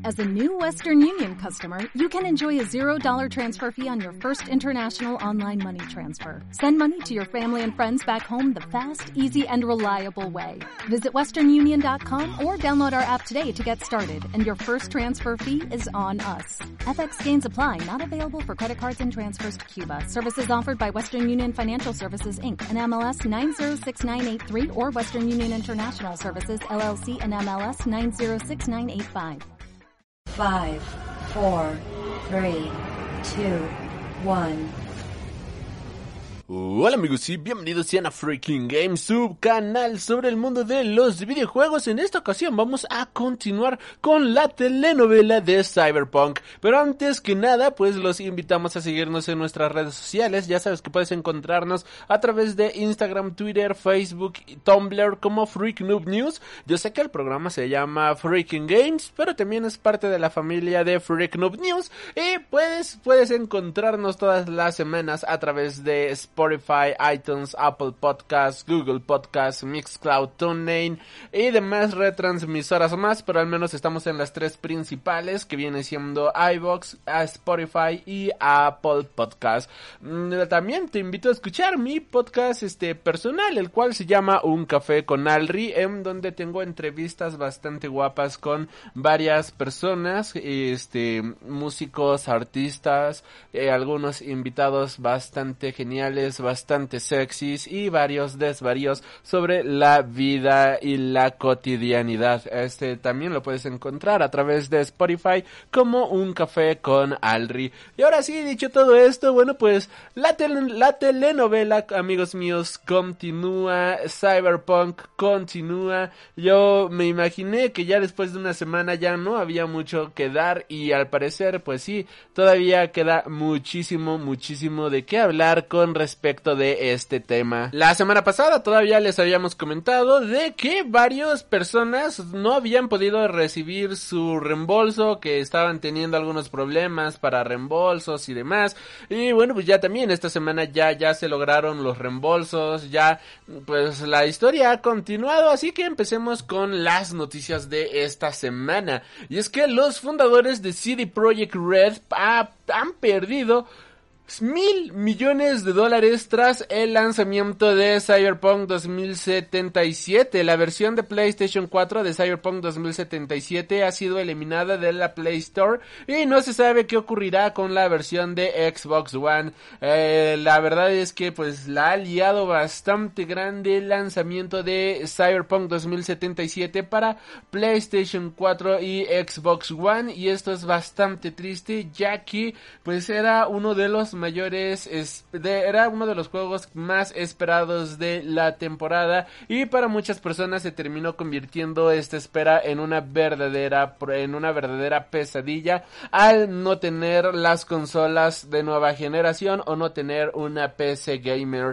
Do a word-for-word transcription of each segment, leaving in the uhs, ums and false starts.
As a new Western Union customer, you can enjoy a zero dollar transfer fee on your first international online money transfer. Send money to your family and friends back home the fast, easy, and reliable way. Visit western union dot com or download our app today to get started, and your first transfer fee is on us. F X gains apply, not available for credit cards and transfers to Cuba. Services offered by Western Union Financial Services, Incorporated, and M L S nine zero six nine eight three or Western Union International Services, L L C, and M L S nine zero six nine eight five. Five, four, three, two, one. Hola amigos y bienvenidos sean a Freaking Games, su canal sobre el mundo de los videojuegos. En esta ocasión vamos a continuar con la telenovela de Cyberpunk, pero antes que nada pues los invitamos a seguirnos en nuestras redes sociales. Ya sabes que puedes encontrarnos a través de Instagram, Twitter, Facebook y Tumblr como Freak Noob News. Yo sé que el programa se llama Freaking Games, pero también es parte de la familia de Freak Noob News y puedes, puedes encontrarnos todas las semanas a través de Spotify, Spotify, iTunes, Apple Podcasts, Google Podcasts, Mixcloud, TuneIn y demás retransmisoras más, pero al menos estamos en las tres principales que viene siendo iVoox, Spotify y Apple Podcasts. También te invito a escuchar mi podcast este personal, el cual se llama Un Café con Alri, en donde tengo entrevistas bastante guapas con varias personas, este músicos, artistas, eh, algunos invitados bastante geniales, bastante sexys y varios desvaríos sobre la vida y la cotidianidad. Este también lo puedes encontrar a través de Spotify como Un Café con Alri. Y ahora sí, dicho todo esto, bueno pues la, tel- la telenovela, amigos míos, continúa. Cyberpunk continúa. Yo me imaginé que ya después de una semana ya no había mucho que dar y al parecer pues sí, todavía queda muchísimo, muchísimo de qué hablar con respecto respecto de este tema. La semana pasada todavía les habíamos comentado de que varias personas no habían podido recibir su reembolso, que estaban teniendo algunos problemas para reembolsos y demás, y bueno pues ya también esta semana ya ya se lograron los reembolsos, ya pues la historia ha continuado, así que empecemos con las noticias de esta semana. Y es que los fundadores de C D Projekt Red ha, han perdido mil millones de dólares tras el lanzamiento de Cyberpunk dos mil setenta y siete. La versión de PlayStation cuatro de Cyberpunk dos mil setenta y siete ha sido eliminada de la Play Store y no se sabe qué ocurrirá con la versión de Xbox One. Eh, la verdad es que pues la ha liado bastante grande el lanzamiento de Cyberpunk dos mil setenta y siete para PlayStation cuatro y Xbox One, y esto es bastante triste, ya que pues era uno de los mayores es, de, era uno de los juegos más esperados de la temporada, y para muchas personas se terminó convirtiendo esta espera en una verdadera en una verdadera pesadilla al no tener las consolas de nueva generación o no tener una P C gamer.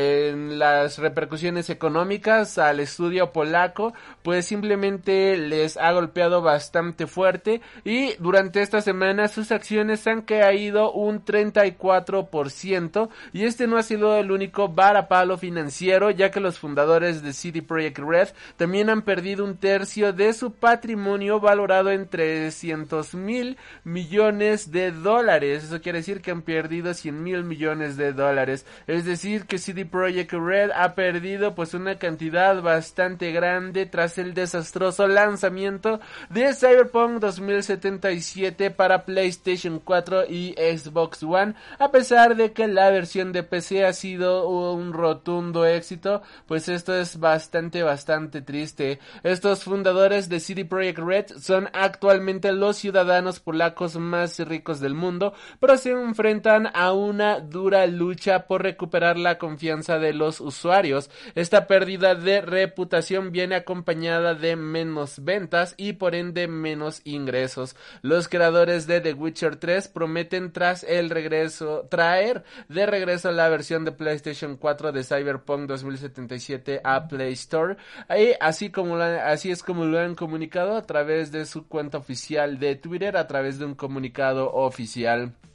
En las repercusiones económicas al estudio polaco pues simplemente les ha golpeado bastante fuerte, y durante esta semana sus acciones han caído un treinta y cuatro por ciento, y este no ha sido el único varapalo financiero, ya que los fundadores de C D Projekt Red también han perdido un tercio de su patrimonio valorado en trescientos mil millones de dólares. Eso quiere decir que han perdido cien mil millones de dólares, es decir que C D Projekt Red ha perdido pues una cantidad bastante grande tras el desastroso lanzamiento de Cyberpunk dos mil setenta y siete para PlayStation cuatro y Xbox One. A pesar de que la versión de P C ha sido un rotundo éxito, pues esto es bastante, bastante triste. Estos fundadores de C D Projekt Red son actualmente los ciudadanos polacos más ricos del mundo, pero se enfrentan a una dura lucha por recuperar la confianza de los usuarios. Esta pérdida de reputación viene acompañada de menos ventas y por ende menos ingresos. Los creadores de The Witcher tres prometen tras el regreso traer de regreso la versión de PlayStation cuatro de Cyberpunk dos mil setenta y siete a Play Store, y así como lo, así es como lo han comunicado a través de su cuenta oficial de Twitter, a través de un comunicado oficial.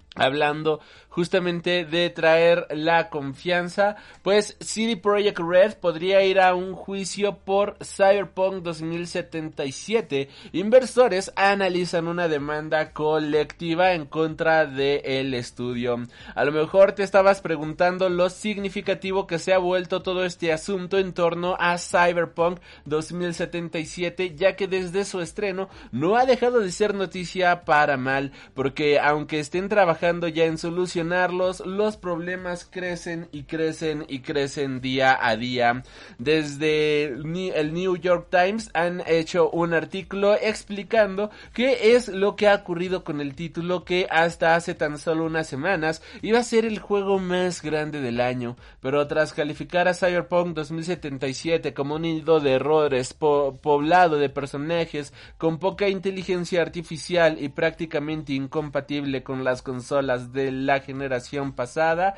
Hablando justamente de traer la confianza, pues C D Projekt Red podría ir a un juicio por Cyberpunk dos mil setenta y siete. Inversores analizan una demanda colectiva en contra del estudio. A lo mejor te estabas preguntando lo significativo que se ha vuelto todo este asunto en torno a Cyberpunk dos mil setenta y siete, ya que desde su estreno no ha dejado de ser noticia para mal, porque aunque estén trabajando ya en solucionarlos, los problemas crecen y crecen y crecen día a día. Desde el New York Times han hecho un artículo explicando qué es lo que ha ocurrido con el título, que hasta hace tan solo unas semanas iba a ser el juego más grande del año, pero tras calificar a Cyberpunk dos mil setenta y siete como un nido de errores po poblado de personajes con poca inteligencia artificial y prácticamente incompatible con las consolas de la generación pasada,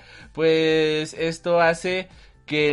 pues esto hace que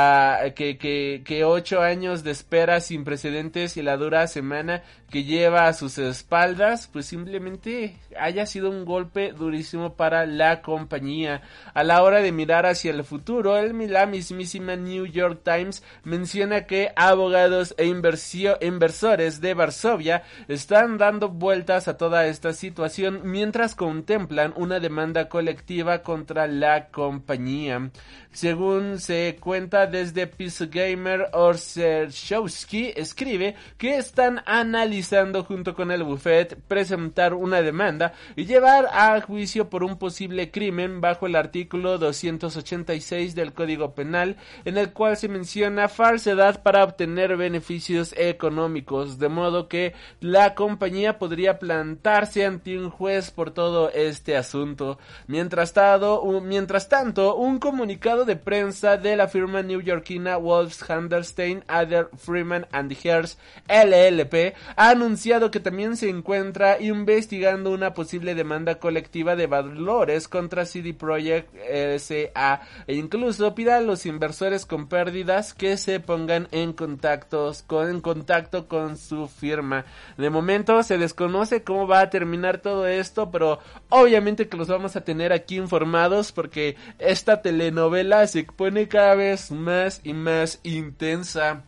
la que, que, que ocho años de espera sin precedentes y la dura semana que lleva a sus espaldas, pues simplemente haya sido un golpe durísimo para la compañía. A la hora de mirar hacia el futuro, el, la mismísima New York Times menciona que abogados e inversio, inversores de Varsovia están dando vueltas a toda esta situación mientras contemplan una demanda colectiva contra la compañía. Según se cuenta desde P C Gamer, Orzechowski escribe que están analizando junto con el buffet presentar una demanda y llevar a juicio por un posible crimen bajo el artículo doscientos ochenta y seis del Código Penal, en el cual se menciona falsedad para obtener beneficios económicos, de modo que la compañía podría plantarse ante un juez por todo este asunto. Mientras tanto, un, mientras tanto, un comunicado de prensa de la firma neoyorquina Wolfs Handelstein, Adler, Freeman and Hearst L L P ha anunciado que también se encuentra investigando una posible demanda colectiva de valores contra C D Projekt S A e incluso pida a los inversores con pérdidas que se pongan en contactos con en contacto con su firma. De momento se desconoce cómo va a terminar todo esto, pero obviamente que los vamos a tener aquí informados porque esta telenovela se pone cada vez más y más intensa.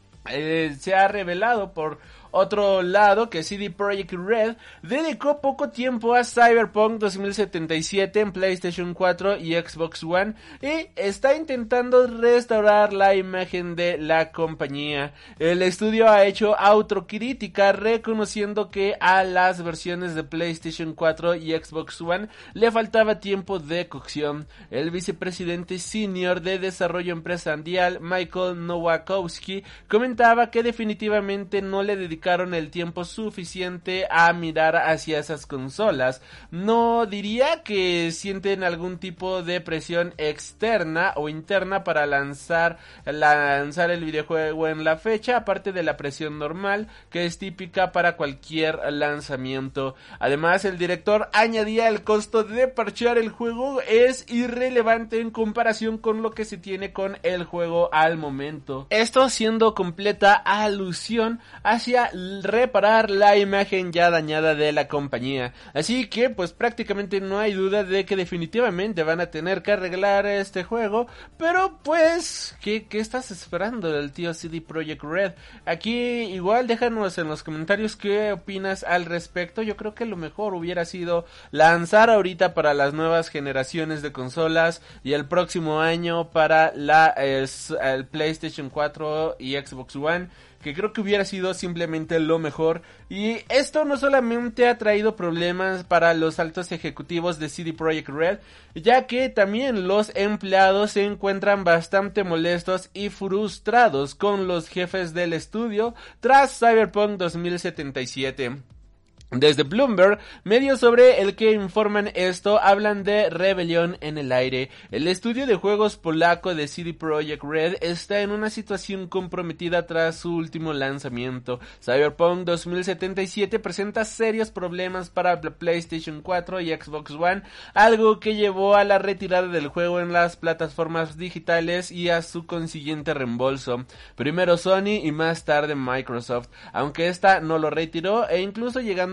Eh, se ha revelado por otro lado que C D Projekt Red dedicó poco tiempo a Cyberpunk dos mil setenta y siete en PlayStation cuatro y Xbox One y está intentando restaurar la imagen de la compañía. El estudio ha hecho autocrítica reconociendo que a las versiones de PlayStation cuatro y Xbox One le faltaba tiempo de cocción. El vicepresidente senior de desarrollo empresarial Michael Nowakowski comentaba que definitivamente no le dedicaron el tiempo suficiente a mirar hacia esas consolas. No diría que sienten algún tipo de presión externa o interna para lanzar lanzar el videojuego en la fecha, aparte de la presión normal que es típica para cualquier lanzamiento. Además, el director añadía el costo de parchear el juego es irrelevante en comparación con lo que se tiene con el juego al momento. Esto siendo completa alusión hacia reparar la imagen ya dañada de la compañía. Así que pues prácticamente no hay duda de que definitivamente van a tener que arreglar este juego, pero pues ¿qué, qué estás esperando del tío C D Projekt Red? Aquí igual déjanos en los comentarios qué opinas al respecto. Yo creo que lo mejor hubiera sido lanzar ahorita para las nuevas generaciones de consolas y el próximo año para la eh, el PlayStation cuatro y Xbox One, que creo que hubiera sido simplemente lo mejor. Y esto no solamente ha traído problemas para los altos ejecutivos de C D Projekt Red, ya que también los empleados se encuentran bastante molestos y frustrados con los jefes del estudio tras Cyberpunk dos mil setenta y siete. Desde Bloomberg, medios sobre el que informan esto hablan de rebelión en el aire. El estudio de juegos polaco de C D Projekt Red está en una situación comprometida tras su último lanzamiento. Cyberpunk dos mil setenta y siete presenta serios problemas para PlayStation cuatro y Xbox One, algo que llevó a la retirada del juego en las plataformas digitales y a su consiguiente reembolso. Primero Sony y más tarde Microsoft, aunque esta no lo retiró e incluso llegando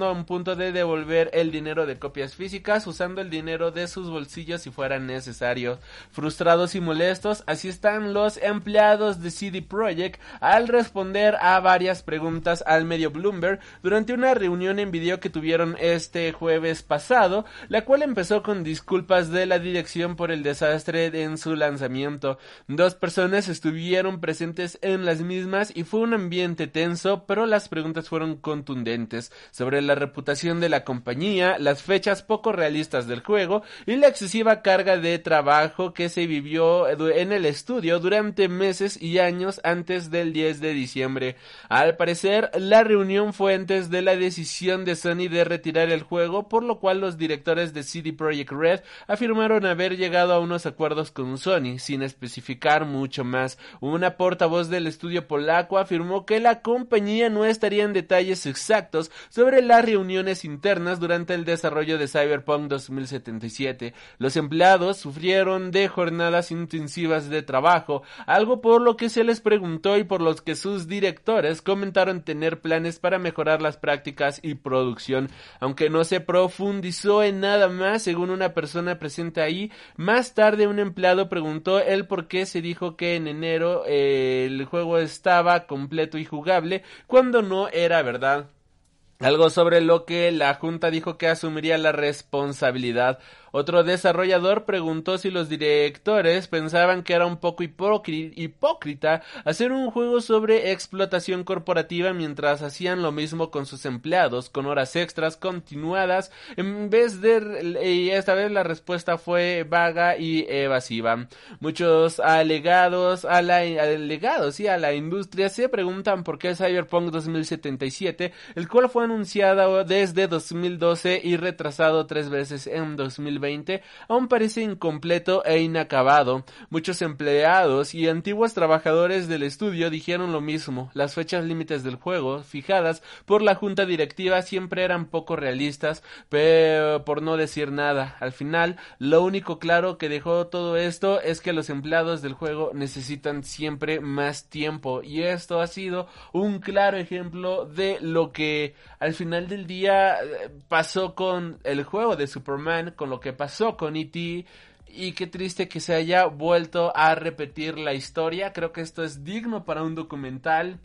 estando a un punto de devolver el dinero de copias físicas, usando el dinero de sus bolsillos si fuera necesario. Frustrados y molestos, así están los empleados de C D Projekt al responder a varias preguntas al medio Bloomberg durante una reunión en video que tuvieron este jueves pasado, la cual empezó con disculpas de la dirección por el desastre en su lanzamiento. Dos personas estuvieron presentes en las mismas y fue un ambiente tenso, pero las preguntas fueron contundentes sobre la reputación de la compañía, las fechas poco realistas del juego y la excesiva carga de trabajo que se vivió en el estudio durante meses y años antes del diez de diciembre. Al parecer, la reunión fue antes de la decisión de Sony de retirar el juego, por lo cual los directores de C D Projekt Red afirmaron haber llegado a unos acuerdos con Sony, sin especificar mucho más. Una portavoz del estudio polaco afirmó que la compañía no estaría en detalles exactos sobre las reuniones internas durante el desarrollo de Cyberpunk dos mil setenta y siete. Los empleados sufrieron de jornadas intensivas de trabajo, algo por lo que se les preguntó y por los que sus directores comentaron tener planes para mejorar las prácticas y producción, aunque no se profundizó en nada más, según una persona presente ahí. Más tarde un empleado preguntó el por qué se dijo que en enero eh, el juego estaba completo y jugable cuando no era verdad. Algo sobre lo que la junta dijo que asumiría la responsabilidad. Otro desarrollador preguntó si los directores pensaban que era un poco hipócri- hipócrita hacer un juego sobre explotación corporativa mientras hacían lo mismo con sus empleados, con horas extras continuadas, en vez de... y esta vez la respuesta fue vaga y evasiva. Muchos alegados a la, alegados, sí, a la industria se preguntan por qué Cyberpunk dos mil setenta y siete, el cual fue anunciado desde dos mil doce y retrasado tres veces en dos mil veinte, aún parece incompleto e inacabado. Muchos empleados y antiguos trabajadores del estudio dijeron lo mismo. Las fechas límites del juego, fijadas por la junta directiva, siempre eran poco realistas, pero por no decir nada. Al final, lo único claro que dejó todo esto es que los empleados del juego necesitan siempre más tiempo, y esto ha sido un claro ejemplo de lo que al final del día pasó con el juego de Superman, con lo que pasó con E T, y qué triste que se haya vuelto a repetir la historia. Creo que esto es digno para un documental,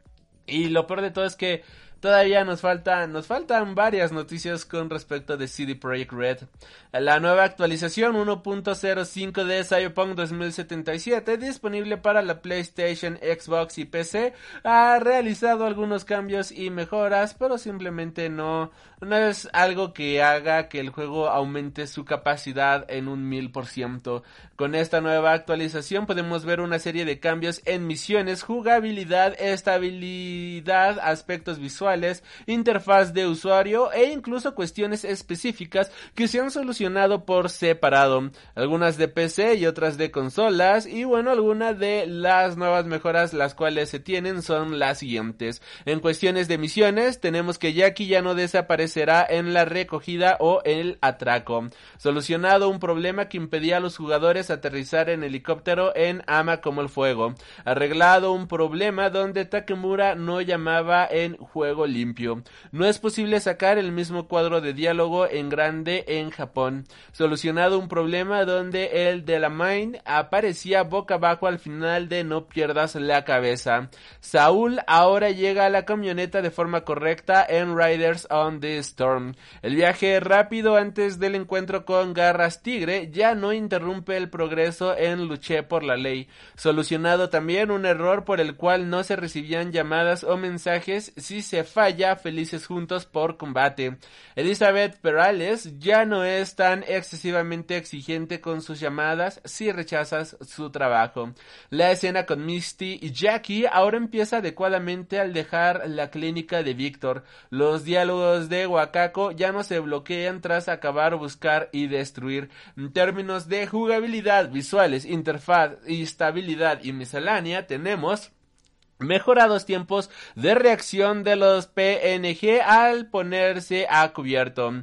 y lo peor de todo es que todavía nos falta, nos faltan varias noticias con respecto de C D Projekt Red. La nueva actualización uno punto cero cinco de Cyberpunk dos mil setenta y siete, disponible para la PlayStation, Xbox y P C, ha realizado algunos cambios y mejoras, pero simplemente no, no es algo que haga que el juego aumente su capacidad en un mil por ciento. Con esta nueva actualización podemos ver una serie de cambios en misiones, jugabilidad, estabilidad, aspectos visuales, interfaz de usuario e incluso cuestiones específicas que se han solucionado por separado, algunas de P C y otras de consolas. Y bueno, algunas de las nuevas mejoras las cuales se tienen son las siguientes. En cuestiones de misiones, tenemos que Jackie ya no desaparecerá en la recogida o el atraco. Solucionado un problema que impedía a los jugadores aterrizar en helicóptero en Ama como el fuego. Arreglado un problema donde Takemura no llamaba en juego limpio. No es posible sacar el mismo cuadro de diálogo en grande en Japón. Solucionado un problema donde el de la Mine aparecía boca abajo al final de No pierdas la cabeza. Saúl ahora llega a la camioneta de forma correcta en Riders on the Storm. El viaje rápido antes del encuentro con Garras Tigre ya no interrumpe el progreso en Luché por la ley. Solucionado también un error por el cual no se recibían llamadas o mensajes si se falla Felices Juntos por combate. Elizabeth Perales ya no es tan excesivamente exigente con sus llamadas si rechazas su trabajo. La escena con Misty y Jackie ahora empieza adecuadamente al dejar la clínica de Víctor. Los diálogos de Wakako ya no se bloquean tras acabar, buscar y destruir. En términos de jugabilidad, visuales, interfaz, estabilidad y miscelánea, tenemos mejorados tiempos de reacción de los P N G al ponerse a cubierto.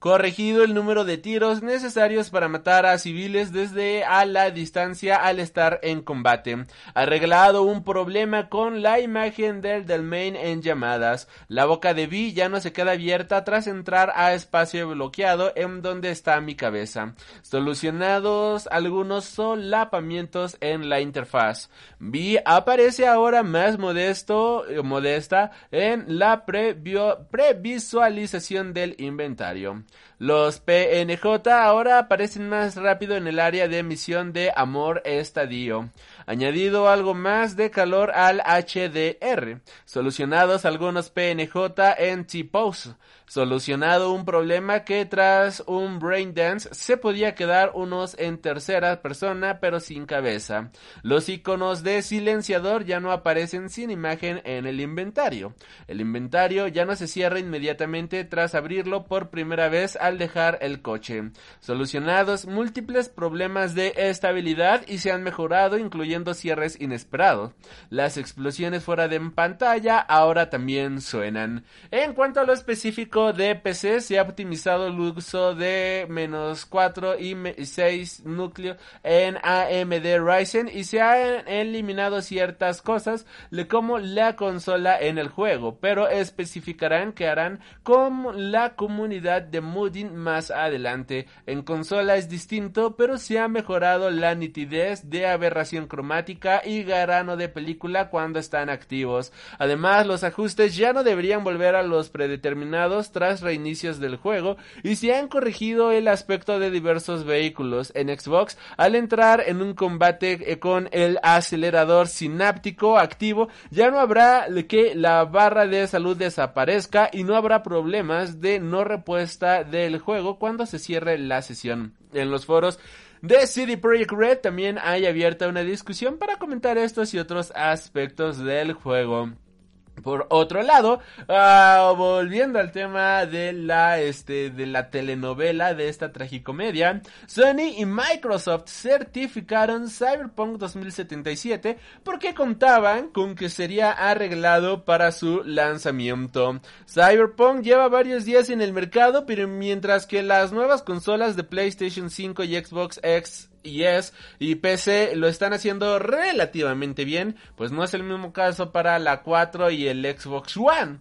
corregido el número de tiros necesarios para matar a civiles desde a la distancia al estar en combate, arreglado un problema con la imagen del Delmain en llamadas, la boca de Vi ya no se queda abierta tras entrar a espacio bloqueado en donde está mi cabeza, solucionados algunos solapamientos en la interfaz. Vi aparece ahora más modesto, modesta en la previo, previsualización del inventario. Los P N J ahora aparecen más rápido en el área de emisión de Amor Estadio. Añadido algo más de calor al H D R. Solucionados algunos P N J en T-Pose. Solucionado un problema que tras un Braindance se podía quedar unos en tercera persona pero sin cabeza. Los iconos de silenciador ya no aparecen sin imagen en el inventario. El inventario ya no se cierra inmediatamente tras abrirlo por primera vez al dejar el coche. Solucionados múltiples problemas de estabilidad y se han mejorado incluyendo cierres inesperados. Las explosiones fuera de pantalla ahora también suenan. En cuanto a lo específico de P C, se ha optimizado el uso de menos cuatro y seis núcleos en A M D Ryzen y se han eliminado ciertas cosas como la consola en el juego, pero especificarán que harán con la comunidad de modding más adelante. En consola es distinto, pero se ha mejorado la nitidez de aberración cromática y grano de película cuando están activos. Además, los ajustes ya no deberían volver a los predeterminados tras reinicios del juego y se han corregido el aspecto de diversos vehículos. En Xbox, al entrar en un combate con el acelerador sináptico activo, ya no habrá que la barra de salud desaparezca y no habrá problemas de no respuesta del juego cuando se cierre la sesión. En los foros de C D Projekt Red también hay abierta una discusión para comentar estos y otros aspectos del juego. Por otro lado, uh, volviendo al tema de la este de la telenovela de esta tragicomedia, Sony y Microsoft certificaron Cyberpunk dos mil setenta y siete porque contaban con que sería arreglado para su lanzamiento. Cyberpunk lleva varios días en el mercado, pero mientras que las nuevas consolas de PlayStation cinco y Xbox X y S y P C lo están haciendo relativamente bien, pues no es el mismo caso para la cuatro y el Xbox One.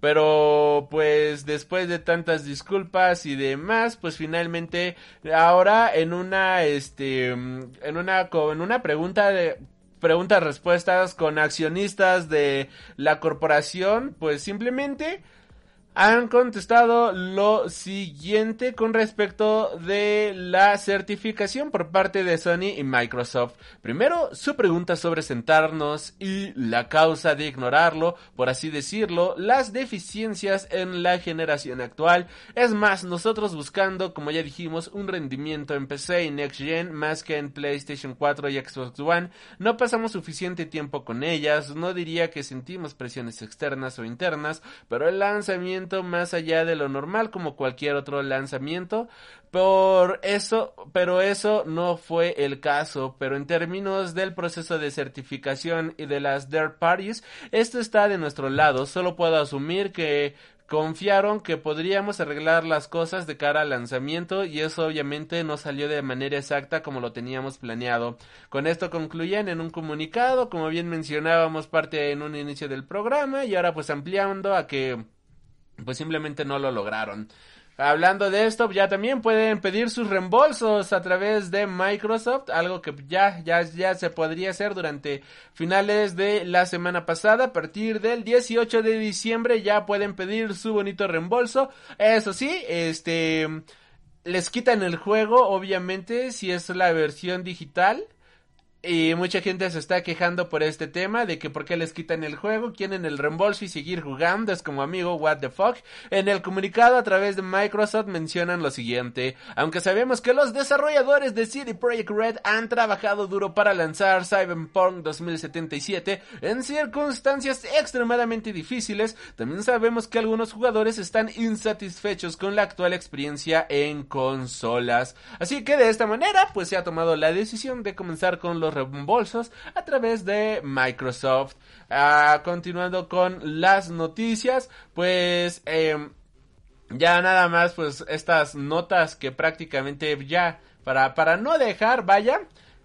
Pero pues después de tantas disculpas y demás, pues finalmente ahora en una este en una en una pregunta de preguntas respuestas con accionistas de la corporación, pues simplemente han contestado lo siguiente con respecto de la certificación por parte de Sony y Microsoft. Primero, su pregunta sobre sentarnos y la causa de ignorarlo, por así decirlo, las deficiencias en la generación actual. Es más, nosotros buscando, como ya dijimos, un rendimiento en P C y Next Gen más que en PlayStation cuatro y Xbox One, no pasamos suficiente tiempo con ellas. No diría que sentimos presiones externas o internas, pero el lanzamiento más allá de lo normal como cualquier otro lanzamiento, por eso, pero eso no fue el caso. Pero en términos del proceso de certificación y de las third parties, esto está de nuestro lado. Solo puedo asumir que confiaron que podríamos arreglar las cosas de cara al lanzamiento y eso obviamente no salió de manera exacta como lo teníamos planeado. Con esto concluyen en un comunicado, como bien mencionábamos parte en un inicio del programa y ahora pues ampliando a que pues simplemente no lo lograron. Hablando de esto, ya también pueden pedir sus reembolsos a través de Microsoft, algo que ya, ya, ya se podría hacer durante finales de la semana pasada. A partir del dieciocho de diciembre ya pueden pedir su bonito reembolso. Eso sí, este, les quitan el juego, obviamente, si es la versión digital. Y mucha gente se está quejando por este tema, de que por qué les quitan el juego, quieren el reembolso y seguir jugando, es como amigo, what the fuck. En el comunicado a través de Microsoft mencionan lo siguiente: aunque sabemos que los desarrolladores de C D Projekt Red han trabajado duro para lanzar Cyberpunk dos mil setenta y siete en circunstancias extremadamente difíciles, también sabemos que algunos jugadores están insatisfechos con la actual experiencia en consolas. Así que de esta manera, pues se ha tomado la decisión de comenzar con los reembolsos a través de Microsoft. Uh, continuando con las noticias, pues eh, ya nada más pues estas notas que prácticamente ya para, para no dejar, vaya,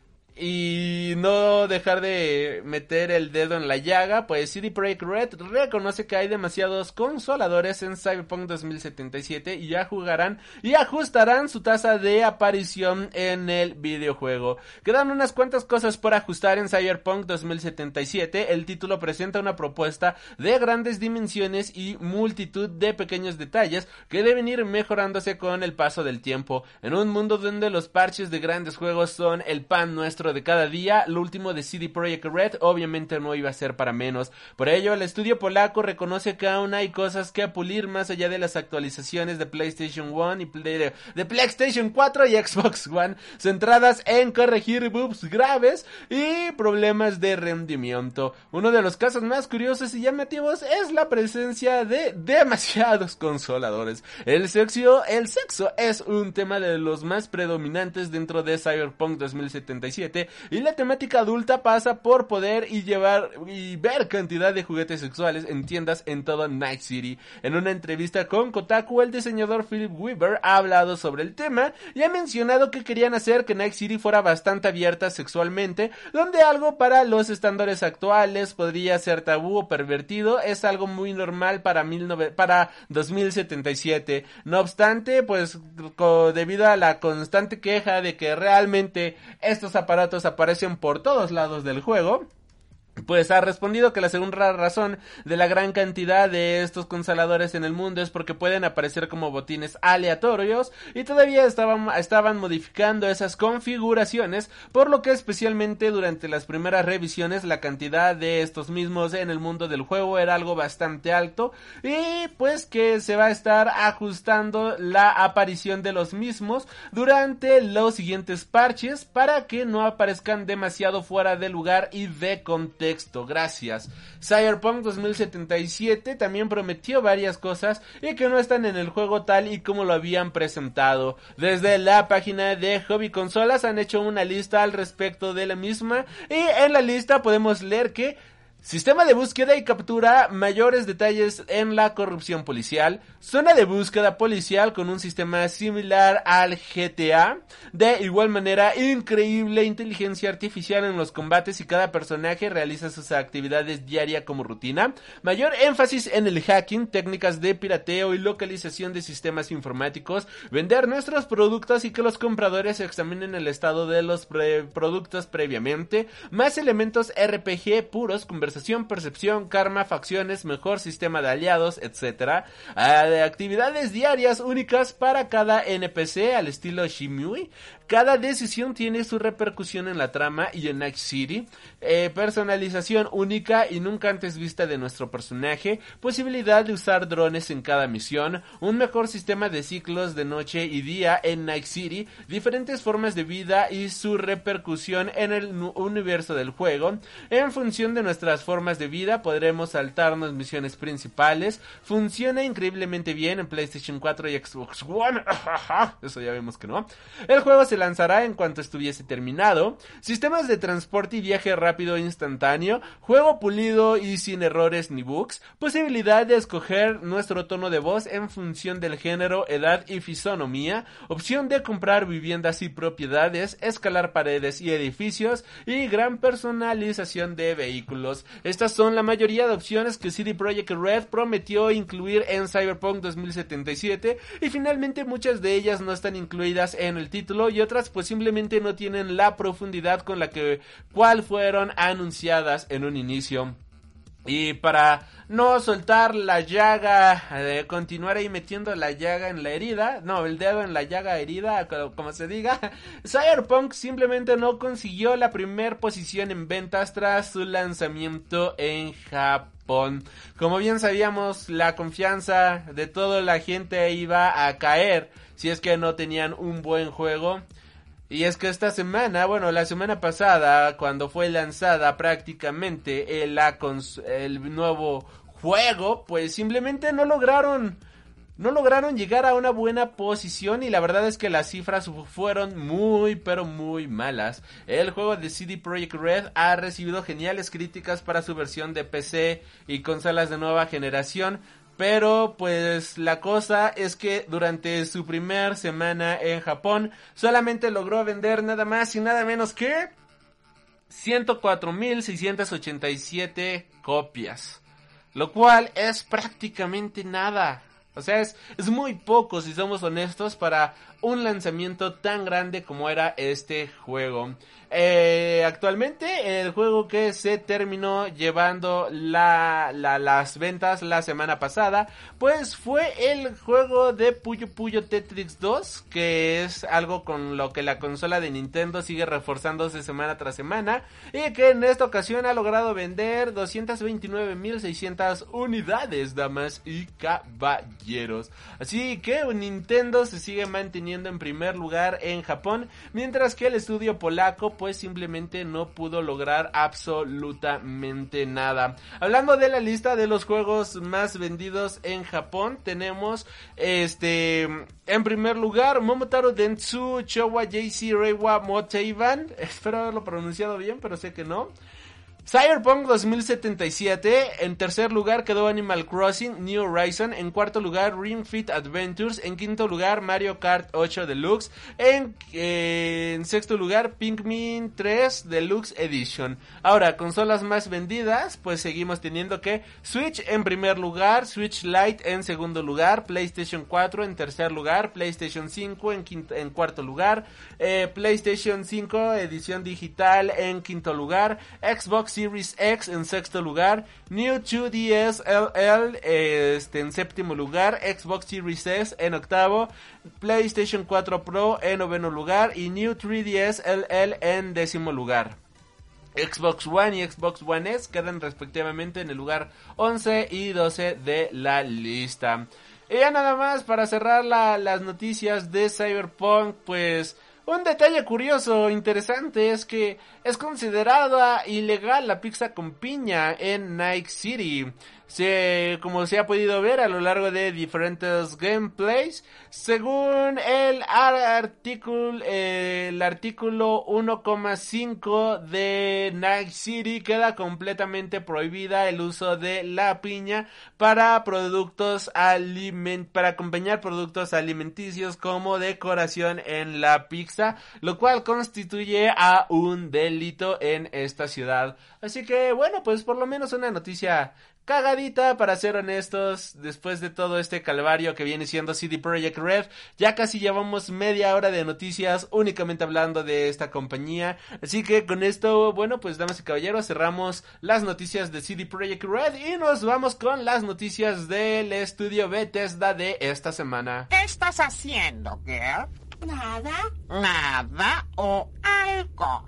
y no dejar de meter el dedo en la llaga, pues C D Projekt Red reconoce que hay demasiados consoladores en Cyberpunk dos mil setenta y siete y ya jugarán y ajustarán su tasa de aparición en el videojuego. Quedan unas cuantas cosas por ajustar en Cyberpunk dos mil setenta y siete. El título presenta una propuesta de grandes dimensiones y multitud de pequeños detalles que deben ir mejorándose con el paso del tiempo. En un mundo donde los parches de grandes juegos son el pan nuestro de cada día, lo último de C D Projekt Red obviamente no iba a ser para menos. Por ello, el estudio polaco reconoce que aún hay cosas que pulir más allá de las actualizaciones de PlayStation uno y Play de, de PlayStation cuatro y Xbox One, centradas en corregir bugs graves y problemas de rendimiento. Uno de los casos más curiosos y llamativos es la presencia de demasiados consoladores. El sexo, el sexo es un tema de los más predominantes dentro de Cyberpunk dos mil setenta y siete, y la temática adulta pasa por poder y llevar y ver cantidad de juguetes sexuales en tiendas en todo Night City. En una entrevista con Kotaku, el diseñador Philip Weaver ha hablado sobre el tema y ha mencionado que querían hacer que Night City fuera bastante abierta sexualmente, donde algo para los estándares actuales podría ser tabú o pervertido, es algo muy normal para, mil nove- para dos mil setenta y siete. No obstante, pues co- debido a la constante queja de que realmente estos aparatos aparecen por todos lados del juego, pues ha respondido que la segunda razón de la gran cantidad de estos consoladores en el mundo es porque pueden aparecer como botines aleatorios y todavía estaban, estaban modificando esas configuraciones, por lo que especialmente durante las primeras revisiones la cantidad de estos mismos en el mundo del juego era algo bastante alto y pues que se va a estar ajustando la aparición de los mismos durante los siguientes parches para que no aparezcan demasiado fuera de lugar y de contexto. Gracias. Cyberpunk dos mil setenta y siete también prometió varias cosas y que no están en el juego tal y como lo habían presentado. Desde la página de Hobby Consolas han hecho una lista al respecto de la misma y en la lista podemos leer que sistema de búsqueda y captura, mayores detalles en la corrupción policial, zona de búsqueda policial con un sistema similar al G T A, de igual manera increíble inteligencia artificial en los combates y cada personaje realiza sus actividades diarias como rutina, mayor énfasis en el hacking, técnicas de pirateo y localización de sistemas informáticos, vender nuestros productos y que los compradores examinen el estado de los pre- productos previamente, más elementos R P G puros, conversación, percepción, karma, facciones, mejor sistema de aliados, etcétera. Uh, actividades diarias únicas para cada N P C al estilo Shimui. Cada decisión tiene su repercusión en la trama y en Night City. Eh, personalización única y nunca antes vista de nuestro personaje. Posibilidad de usar drones en cada misión. Un mejor sistema de ciclos de noche y día en Night City. Diferentes formas de vida y su repercusión en el universo del juego. En función de nuestras formas de vida podremos saltarnos misiones principales. Funciona increíblemente bien en PlayStation cuatro y Xbox One. Eso ya vemos que no. El juego se lanzará en cuanto estuviese terminado. Sistemas de transporte y viaje rápido e instantáneo. Juego pulido y sin errores ni bugs. Posibilidad de escoger nuestro tono de voz en función del género, edad y fisonomía. Opción de comprar viviendas y propiedades. Escalar paredes y edificios. Y gran personalización de vehículos. Estas son la mayoría de opciones que C D Projekt Red prometió incluir en Cyberpunk dos mil setenta y siete y finalmente muchas de ellas no están incluidas en el título y otras pues simplemente no tienen la profundidad con la que cual fueron anunciadas en un inicio. Y para no soltar la llaga, eh, continuar ahí metiendo la llaga en la herida, no, el dedo en la llaga herida, como, como se diga, Cyberpunk simplemente no consiguió la primer posición en ventas tras su lanzamiento en Japón. Como bien sabíamos, la confianza de toda la gente iba a caer si es que no tenían un buen juego. Y es que esta semana, bueno, la semana pasada, cuando fue lanzada prácticamente el, la cons- el nuevo juego, pues simplemente no lograron, no lograron llegar a una buena posición y la verdad es que las cifras fueron muy, pero muy malas. El juego de C D Projekt Red ha recibido geniales críticas para su versión de P C y consolas de nueva generación, pero pues la cosa es que durante su primer semana en Japón solamente logró vender nada más y nada menos que ciento cuatro mil seiscientas ochenta y siete copias, lo cual es prácticamente nada. O sea, es, es muy poco, si somos honestos, para un lanzamiento tan grande como era este juego. Eh, actualmente el juego que se terminó llevando la, la, las ventas la semana pasada, pues fue el juego de Puyo Puyo Tetris dos, que es algo con lo que la consola de Nintendo sigue reforzándose semana tras semana, y que en esta ocasión ha logrado vender doscientas veintinueve mil seiscientas unidades, damas y caballeros. Así que Nintendo se sigue manteniendo en primer lugar en Japón, mientras que el estudio polaco pues simplemente no pudo lograr absolutamente nada. Hablando de la lista de los juegos más vendidos en Japón, tenemos este en primer lugar Momotaro Densu Showa J C Reiwa Moteiban, espero haberlo pronunciado bien, pero sé que no. Cyberpunk dos mil setenta y siete, en tercer lugar quedó Animal Crossing New Horizon, en cuarto lugar Ring Fit Adventures, en quinto lugar Mario Kart ocho Deluxe, en, eh, en sexto lugar Pikmin tres Deluxe Edition. Ahora, consolas más vendidas, pues seguimos teniendo que Switch en primer lugar, Switch Lite en segundo lugar, PlayStation cuatro en tercer lugar, PlayStation cinco en, quinto, en cuarto lugar, eh, PlayStation cinco edición digital en quinto lugar, Xbox Series X en sexto lugar, New dos D S L L este, en séptimo lugar, Xbox Series S en octavo, PlayStation cuatro Pro en noveno lugar y New tres D S L L en décimo lugar. Xbox One y Xbox One S quedan respectivamente en el lugar once y doce de la lista. Y ya nada más para cerrar la, las noticias de Cyberpunk, pues un detalle curioso, interesante, es que es considerada ilegal la pizza con piña en Night City. Se, como se ha podido ver a lo largo de diferentes gameplays, según el artículo, eh, el artículo uno coma cinco de Night City, queda completamente prohibida el uso de la piña para productos aliment, para acompañar productos alimenticios como decoración en la pizza, lo cual constituye a un delito en esta ciudad. Así que bueno, pues por lo menos una noticia cagadita, para ser honestos, después de todo este calvario que viene siendo C D Projekt Red. Ya casi llevamos media hora de noticias únicamente hablando de esta compañía, así que con esto, bueno, pues damas y caballeros, cerramos las noticias de C D Projekt Red y nos vamos con las noticias del estudio Bethesda de esta semana. ¿Qué estás haciendo, girl? ¿Nada? ¿Nada o algo?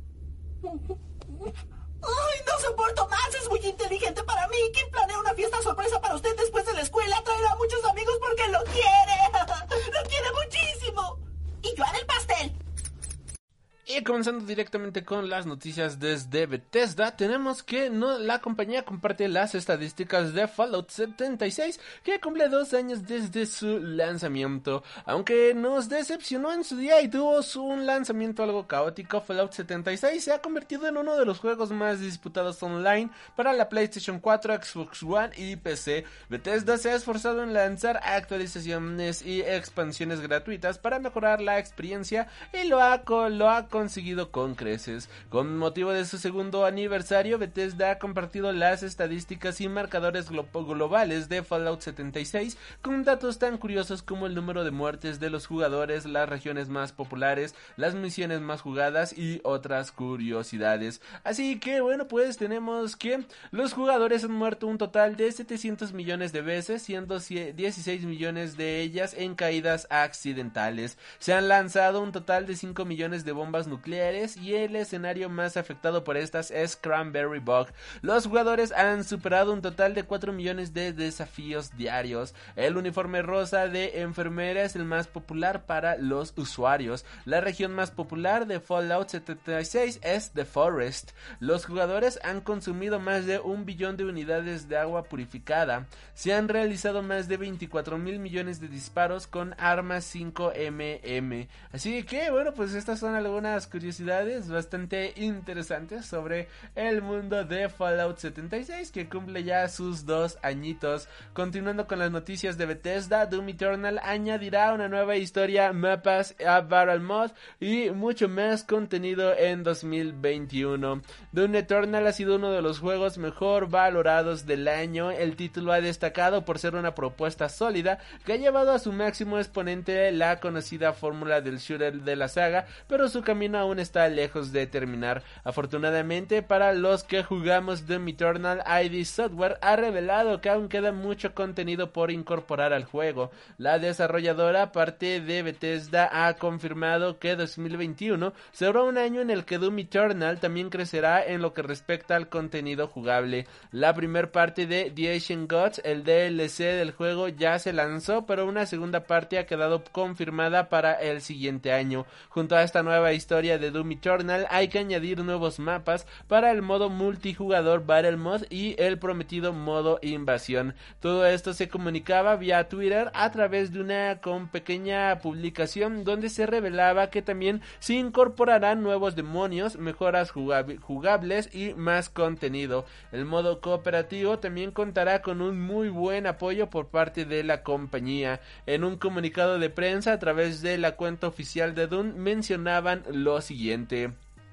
¡Ay, no soporto más! Es muy inteligente para mí. Kim planea una fiesta sorpresa para usted después de la escuela. Traerá a muchos amigos porque lo quiere. ¡Lo quiere muchísimo! Y yo haré el pastel. Y comenzando directamente con las noticias desde Bethesda, tenemos que no, la compañía comparte las estadísticas de Fallout setenta y seis, que cumple dos años desde su lanzamiento. Aunque nos decepcionó en su día y tuvo un lanzamiento algo caótico, Fallout setenta y seis se ha convertido en uno de los juegos más disputados online para la PlayStation cuatro, Xbox One y P C. Bethesda se ha esforzado en lanzar actualizaciones y expansiones gratuitas para mejorar la experiencia y lo ha, lo ha conseguido con creces. Con motivo de su segundo aniversario, Bethesda ha compartido las estadísticas y marcadores glo- globales de Fallout setenta y seis, con datos tan curiosos como el número de muertes de los jugadores, las regiones más populares, las misiones más jugadas y otras curiosidades. Así que bueno, pues tenemos que los jugadores han muerto un total de setecientos millones de veces, siendo dieciséis millones de ellas en caídas accidentales. Se han lanzado un total de cinco millones de bombas nucleares y el escenario más afectado por estas es Cranberry Bog. Los jugadores han superado un total de cuatro millones de desafíos diarios. El uniforme rosa de enfermera es el más popular para los usuarios. La región más popular de Fallout setenta y seis es The Forest. Los jugadores han consumido más de un billón de unidades de agua purificada. Se han realizado más de veinticuatro mil millones de disparos con armas cinco milímetros. Así que bueno, pues estas son algunas algunas curiosidades bastante interesantes sobre el mundo de Fallout setenta y seis, que cumple ya sus dos añitos. Continuando con las noticias de Bethesda, Doom Eternal añadirá una nueva historia, mapas, a Battle Mod y mucho más contenido en dos mil veintiuno. Doom Eternal ha sido uno de los juegos mejor valorados del año. El título ha destacado por ser una propuesta sólida que ha llevado a su máximo exponente la conocida fórmula del shooter de la saga, pero su camino aún está lejos de terminar. Afortunadamente para los que jugamos Doom Eternal, I D Software ha revelado que aún queda mucho contenido por incorporar al juego. La desarrolladora, parte de Bethesda, ha confirmado que dos mil veintiuno será un año en el que Doom Eternal también crecerá en lo que respecta al contenido jugable. La primer parte de The Ancient Gods, el D L C del juego, ya se lanzó, pero una segunda parte ha quedado confirmada para el siguiente año. Junto a esta nueva historia de Doom Eternal hay que añadir nuevos mapas para el modo multijugador Battle Mod y el prometido modo invasión. Todo esto se comunicaba vía Twitter a través de una con pequeña publicación donde se revelaba que también se incorporarán nuevos demonios, mejoras jugab- jugables y más contenido. El modo cooperativo también contará con un muy buen apoyo por parte de la compañía. En un comunicado de prensa a través de la cuenta oficial de Doom mencionaban lo siguiente: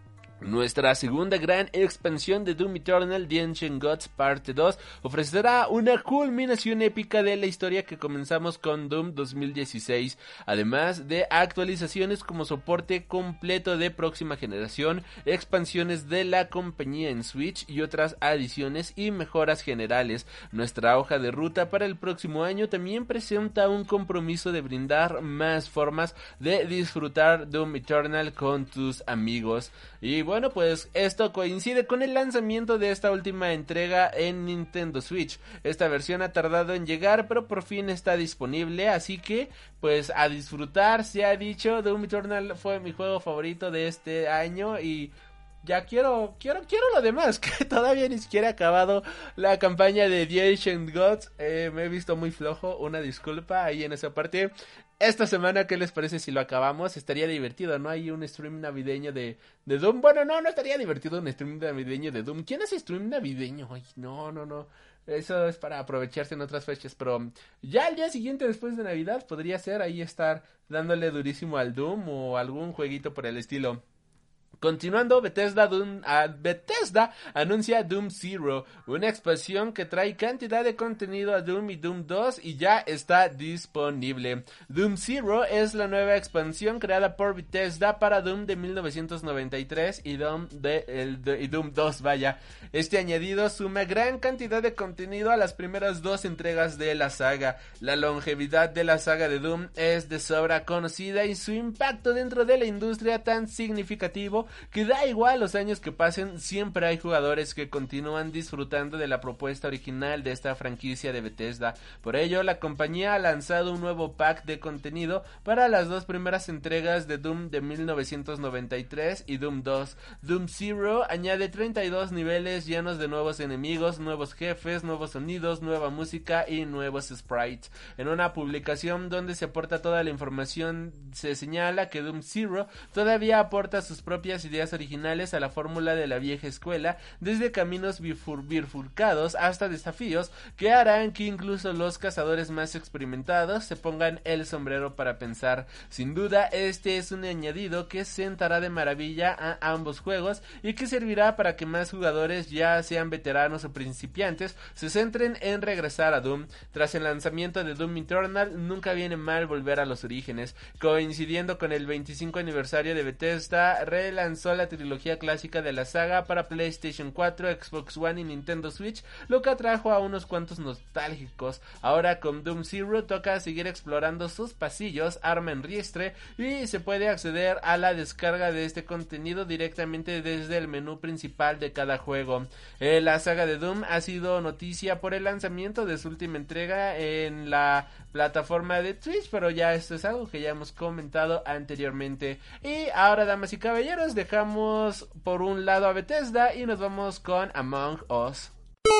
nuestra segunda gran expansión de Doom Eternal, The Ancient Gods Parte dos, ofrecerá una culminación épica de la historia que comenzamos con Doom dos mil dieciséis, además de actualizaciones como soporte completo de próxima generación, expansiones de la compañía en Switch y otras adiciones y mejoras generales. Nuestra hoja de ruta para el próximo año también presenta un compromiso de brindar más formas de disfrutar Doom Eternal con tus amigos. Y bueno, pues esto coincide con el lanzamiento de esta última entrega en Nintendo Switch. Esta versión ha tardado en llegar, pero por fin está disponible, así que pues a disfrutar. Se ha dicho, Doom Eternal fue mi juego favorito de este año y ya quiero, quiero, quiero lo demás, que todavía ni siquiera he acabado la campaña de The Ancient Gods. Eh, me he visto muy flojo, una disculpa ahí en esa parte. Esta semana, ¿qué les parece si lo acabamos? Estaría divertido, ¿no? Hay un stream navideño de, de Doom. Bueno, no, no estaría divertido un stream navideño de Doom. ¿Quién hace stream navideño? Ay, no, no, no. Eso es para aprovecharse en otras fechas, pero ya el día siguiente después de Navidad podría ser ahí estar dándole durísimo al Doom o algún jueguito por el estilo. Continuando, Bethesda, Doom, uh, Bethesda anuncia Doom Zero, una expansión que trae cantidad de contenido a Doom y Doom dos y ya está disponible. Doom Zero es la nueva expansión creada por Bethesda para Doom de mil novecientos noventa y tres y Doom, de, el, de, y Doom dos, vaya. Este añadido suma gran cantidad de contenido a las primeras dos entregas de la saga. La longevidad de la saga de Doom es de sobra conocida y su impacto dentro de la industria tan significativo que da igual los años que pasen, siempre hay jugadores que continúan disfrutando de la propuesta original de esta franquicia de Bethesda. Por ello, la compañía ha lanzado un nuevo pack de contenido para las dos primeras entregas de Doom de mil novecientos noventa y tres y Doom dos. Doom Zero añade treinta y dos niveles llenos de nuevos enemigos, nuevos jefes, nuevos sonidos, nueva música y nuevos sprites. En una publicación donde se aporta toda la información, se señala que Doom Zero todavía aporta sus propias ideas originales a la fórmula de la vieja escuela, desde caminos bifur- bifurcados hasta desafíos que harán que incluso los cazadores más experimentados se pongan el sombrero para pensar. Sin duda, este es un añadido que sentará de maravilla a ambos juegos y que servirá para que más jugadores, ya sean veteranos o principiantes, se centren en regresar a Doom. Tras el lanzamiento de Doom Eternal, nunca viene mal volver a los orígenes. Coincidiendo con el veinticinco aniversario de Bethesda, relanzó la trilogía clásica de la saga para PlayStation cuatro, Xbox One y Nintendo Switch, lo que atrajo a unos cuantos nostálgicos. Ahora con Doom Zero toca seguir explorando sus pasillos, arma en riestre, y se puede acceder a la descarga de este contenido directamente desde el menú principal de cada juego. Eh, la saga de Doom ha sido noticia por el lanzamiento de su última entrega en la plataforma de Twitch, pero ya esto es algo que ya hemos comentado anteriormente. Y ahora, damas y caballeros, dejamos por un lado a Bethesda y nos vamos con Among Us.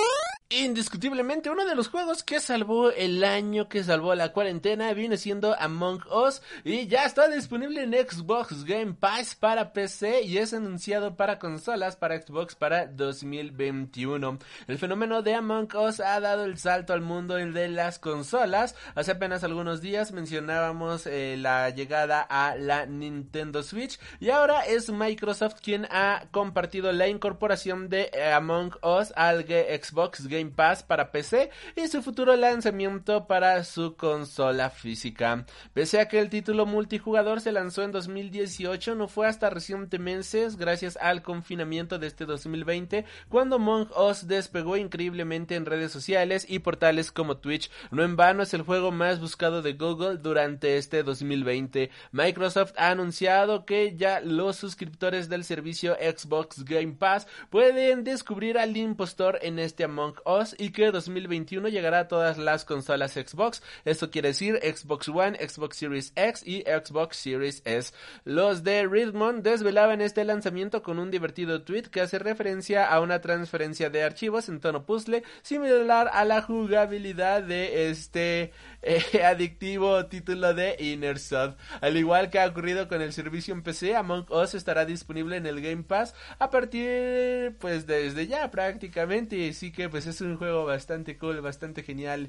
Indiscutiblemente uno de los juegos que salvó el año, que salvó la cuarentena, viene siendo Among Us y ya está disponible en Xbox Game Pass para P C y es anunciado para consolas, para Xbox para dos mil veintiuno. El fenómeno de Among Us ha dado el salto al mundo de las consolas. Hace apenas algunos días mencionábamos eh, la llegada a la Nintendo Switch y ahora es Microsoft quien ha compartido la incorporación de eh, Among Us al Xbox Game Pass para P C y su futuro lanzamiento para su consola física. Pese a que el título multijugador se lanzó en dos mil dieciocho, no fue hasta recientemente, gracias al confinamiento de este dos mil veinte, cuando Among Us despegó increíblemente en redes sociales y portales como Twitch. No en vano es el juego más buscado de Google durante este dos mil veinte. Microsoft ha anunciado que ya los suscriptores del servicio Xbox Game Pass pueden descubrir al impostor en este Among Us y que dos mil veintiuno llegará a todas las consolas Xbox. Esto quiere decir Xbox One, Xbox Series X y Xbox Series S. Los de Redmond desvelaban este lanzamiento con un divertido tweet que hace referencia a una transferencia de archivos en tono puzzle similar a la jugabilidad de este eh, adictivo título de Inner Sound. Al igual que ha ocurrido con el servicio en P C, Among Us estará disponible en el Game Pass a partir pues desde ya prácticamente, así que pues es un juego bastante cool, bastante genial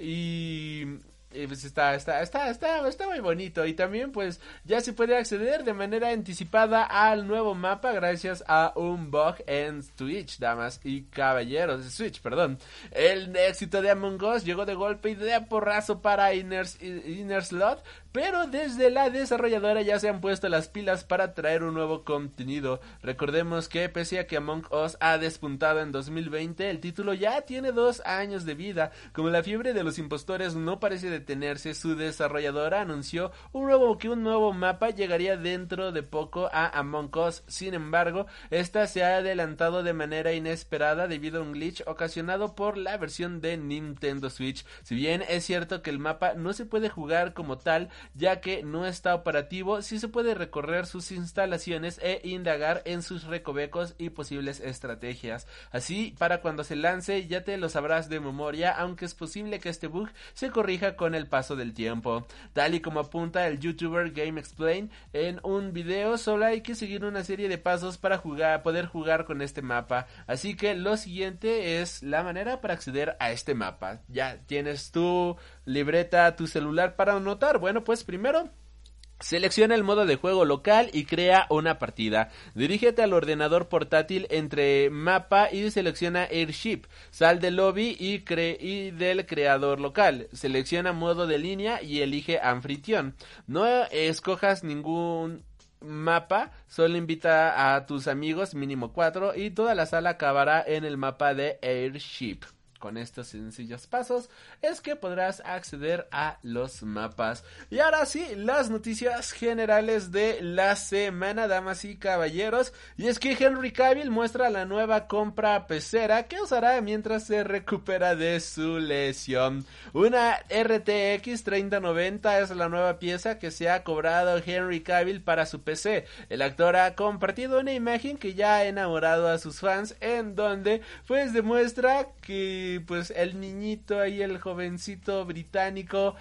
y... Y pues está, está, está, está, está muy bonito. Y también pues ya se puede acceder de manera anticipada al nuevo mapa gracias a un bug en Twitch, damas y caballeros, Switch, perdón. El éxito de Among Us llegó de golpe y de a porrazo para Inner, Inner Slot, pero desde la desarrolladora ya se han puesto las pilas para traer un nuevo contenido. Recordemos que pese a que Among Us ha despuntado en dos mil veinte, el título ya tiene dos años de vida. Como la fiebre de los impostores no parece detenerse, su desarrolladora anunció un nuevo, que un nuevo mapa llegaría dentro de poco a Among Us. Sin embargo, esta se ha adelantado de manera inesperada debido a un glitch ocasionado por la versión de Nintendo Switch. Si bien es cierto que el mapa no se puede jugar como tal, ya que no está operativo, sí se puede recorrer sus instalaciones e indagar en sus recovecos y posibles estrategias. Así, para cuando se lance ya te lo sabrás de memoria, aunque es posible que este bug se corrija con el paso del tiempo. Tal y como apunta el youtuber Game Explain en un video, solo hay que seguir una serie de pasos para jugar, poder jugar con este mapa. Así que lo siguiente es la manera para acceder a este mapa. Ya tienes tu libreta, tu celular para anotar. Bueno, pues primero selecciona el modo de juego local y crea una partida. Dirígete al ordenador portátil entre mapa y selecciona Airship. Sal del lobby y, cre y del creador local. Selecciona modo de línea y elige anfitrión. No escojas ningún mapa, solo invita a tus amigos, mínimo cuatro, y toda la sala acabará en el mapa de Airship. Con estos sencillos pasos es que podrás acceder a los mapas. Y ahora sí, las noticias generales de la semana, damas y caballeros. Y es que Henry Cavill muestra la nueva compra pecera que usará mientras se recupera de su lesión. Una R T X treinta noventa es la nueva pieza que se ha cobrado Henry Cavill para su P C. El actor ha compartido una imagen que ya ha enamorado a sus fans, en donde pues demuestra que pues el niñito ahí, el jovencito británico,